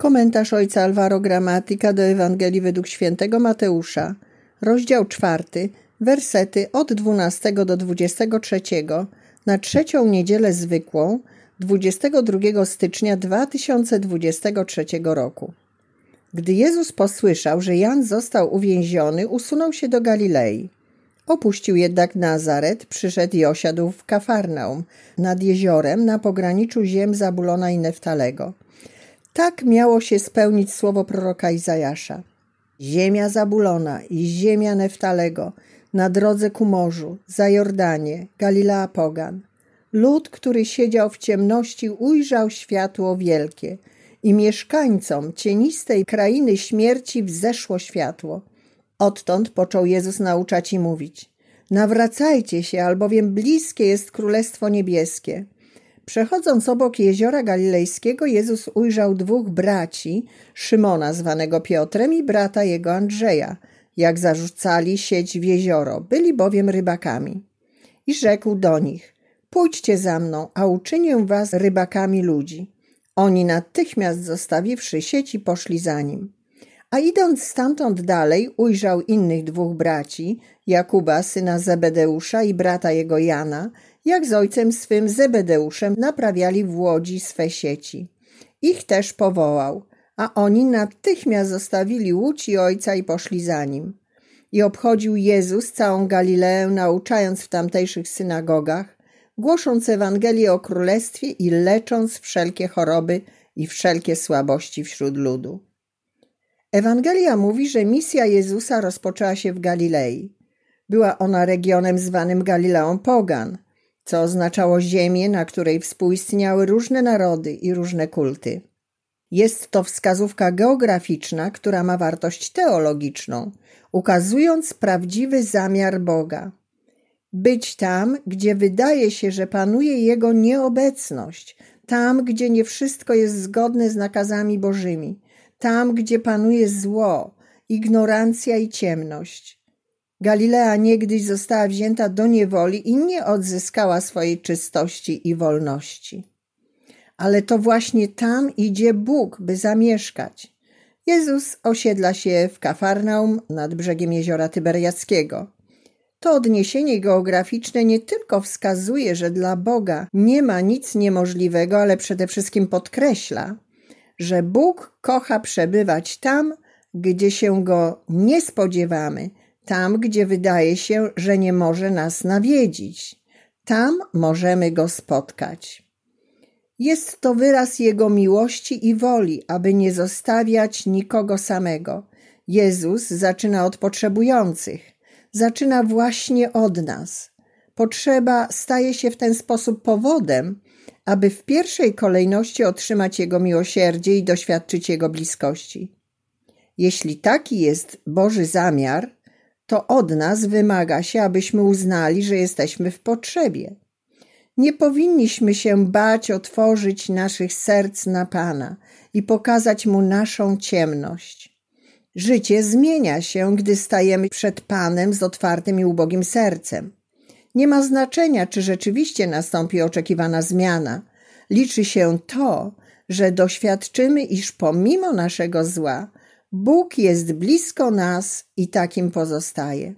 Komentarz ojca Alvaro Gramatyka do Ewangelii według świętego Mateusza, rozdział 4, wersety od 12 do 23 na trzecią niedzielę zwykłą 22 stycznia 2023 roku. Gdy Jezus posłyszał, że Jan został uwięziony, usunął się do Galilei. Opuścił jednak Nazaret, przyszedł i osiadł w Kafarnaum, nad jeziorem na pograniczu ziem Zabulona i Neftalego. Tak miało się spełnić słowo proroka Izajasza. Ziemia Zabulona i ziemia Neftalego, na drodze ku morzu, za Jordanie, Galilea pogan. Lud, który siedział w ciemności, ujrzał światło wielkie i mieszkańcom cienistej krainy śmierci wzeszło światło. Odtąd począł Jezus nauczać i mówić: nawracajcie się, albowiem bliskie jest Królestwo Niebieskie. Przechodząc obok jeziora galilejskiego, Jezus ujrzał dwóch braci, Szymona zwanego Piotrem i brata jego Andrzeja, jak zarzucali sieć w jezioro, byli bowiem rybakami. I rzekł do nich: pójdźcie za mną, a uczynię was rybakami ludzi. Oni natychmiast zostawiwszy sieci, poszli za nim. A idąc stamtąd dalej, ujrzał innych dwóch braci, Jakuba, syna Zebedeusza i brata jego Jana, jak z ojcem swym Zebedeuszem naprawiali w łodzi swe sieci. Ich też powołał, a oni natychmiast zostawili łódź i ojca i poszli za nim. I obchodził Jezus całą Galileę, nauczając w tamtejszych synagogach, głosząc Ewangelię o Królestwie i lecząc wszelkie choroby i wszelkie słabości wśród ludu. Ewangelia mówi, że misja Jezusa rozpoczęła się w Galilei. Była ona regionem zwanym Galileą Pogan, co oznaczało ziemię, na której współistniały różne narody i różne kulty. Jest to wskazówka geograficzna, która ma wartość teologiczną, ukazując prawdziwy zamiar Boga. Być tam, gdzie wydaje się, że panuje Jego nieobecność, tam, gdzie nie wszystko jest zgodne z nakazami Bożymi, tam, gdzie panuje zło, ignorancja i ciemność. Galilea niegdyś została wzięta do niewoli i nie odzyskała swojej czystości i wolności. Ale to właśnie tam idzie Bóg, by zamieszkać. Jezus osiedla się w Kafarnaum nad brzegiem jeziora Tyberiackiego. To odniesienie geograficzne nie tylko wskazuje, że dla Boga nie ma nic niemożliwego, ale przede wszystkim podkreśla, że Bóg kocha przebywać tam, gdzie się Go nie spodziewamy, tam, gdzie wydaje się, że nie może nas nawiedzić. Tam możemy Go spotkać. Jest to wyraz Jego miłości i woli, aby nie zostawiać nikogo samego. Jezus zaczyna od potrzebujących. Zaczyna właśnie od nas. Potrzeba staje się w ten sposób powodem, aby w pierwszej kolejności otrzymać Jego miłosierdzie i doświadczyć Jego bliskości. Jeśli taki jest Boży zamiar, to od nas wymaga się, abyśmy uznali, że jesteśmy w potrzebie. Nie powinniśmy się bać otworzyć naszych serc na Pana i pokazać Mu naszą ciemność. Życie zmienia się, gdy stajemy przed Panem z otwartym i ubogim sercem. Nie ma znaczenia, czy rzeczywiście nastąpi oczekiwana zmiana. Liczy się to, że doświadczymy, iż pomimo naszego zła Bóg jest blisko nas i takim pozostaje.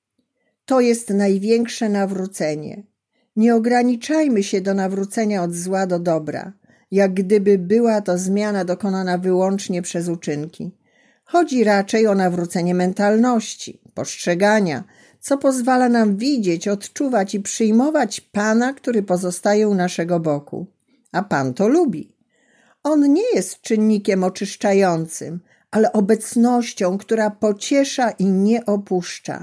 To jest największe nawrócenie. Nie ograniczajmy się do nawrócenia od zła do dobra, jak gdyby była to zmiana dokonana wyłącznie przez uczynki. Chodzi raczej o nawrócenie mentalności, postrzegania, co pozwala nam widzieć, odczuwać i przyjmować Pana, który pozostaje u naszego boku. A Pan to lubi. On nie jest czynnikiem oczyszczającym, ale obecnością, która pociesza i nie opuszcza.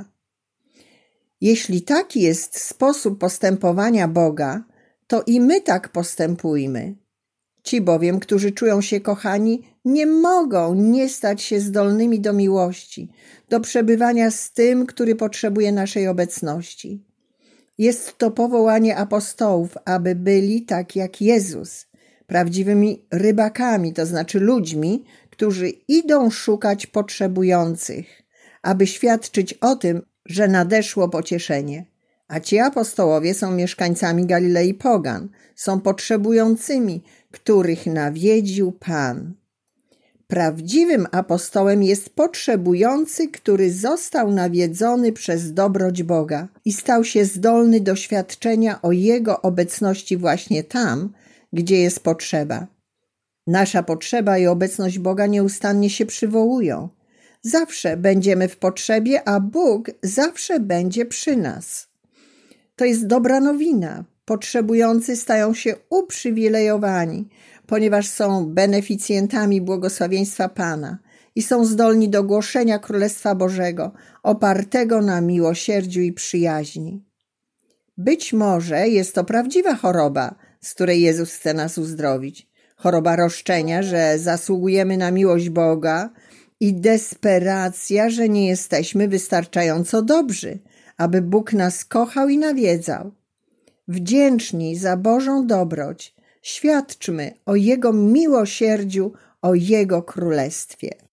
Jeśli taki jest sposób postępowania Boga, to i my tak postępujmy. Ci bowiem, którzy czują się kochani, nie mogą nie stać się zdolnymi do miłości, do przebywania z tym, który potrzebuje naszej obecności. Jest to powołanie apostołów, aby byli tak jak Jezus, prawdziwymi rybakami, to znaczy ludźmi, którzy idą szukać potrzebujących, aby świadczyć o tym, że nadeszło pocieszenie. A ci apostołowie są mieszkańcami Galilei Pogan, są potrzebującymi, których nawiedził Pan. Prawdziwym apostołem jest potrzebujący, który został nawiedzony przez dobroć Boga i stał się zdolny do świadczenia o Jego obecności właśnie tam, gdzie jest potrzeba. Nasza potrzeba i obecność Boga nieustannie się przywołują. Zawsze będziemy w potrzebie, a Bóg zawsze będzie przy nas. To jest dobra nowina. Potrzebujący stają się uprzywilejowani, ponieważ są beneficjentami błogosławieństwa Pana i są zdolni do głoszenia Królestwa Bożego, opartego na miłosierdziu i przyjaźni. Być może jest to prawdziwa choroba, z której Jezus chce nas uzdrowić. Choroba roszczenia, że zasługujemy na miłość Boga i desperacja, że nie jesteśmy wystarczająco dobrzy, aby Bóg nas kochał i nawiedzał. Wdzięczni za Bożą dobroć, świadczmy o Jego miłosierdziu, o Jego królestwie.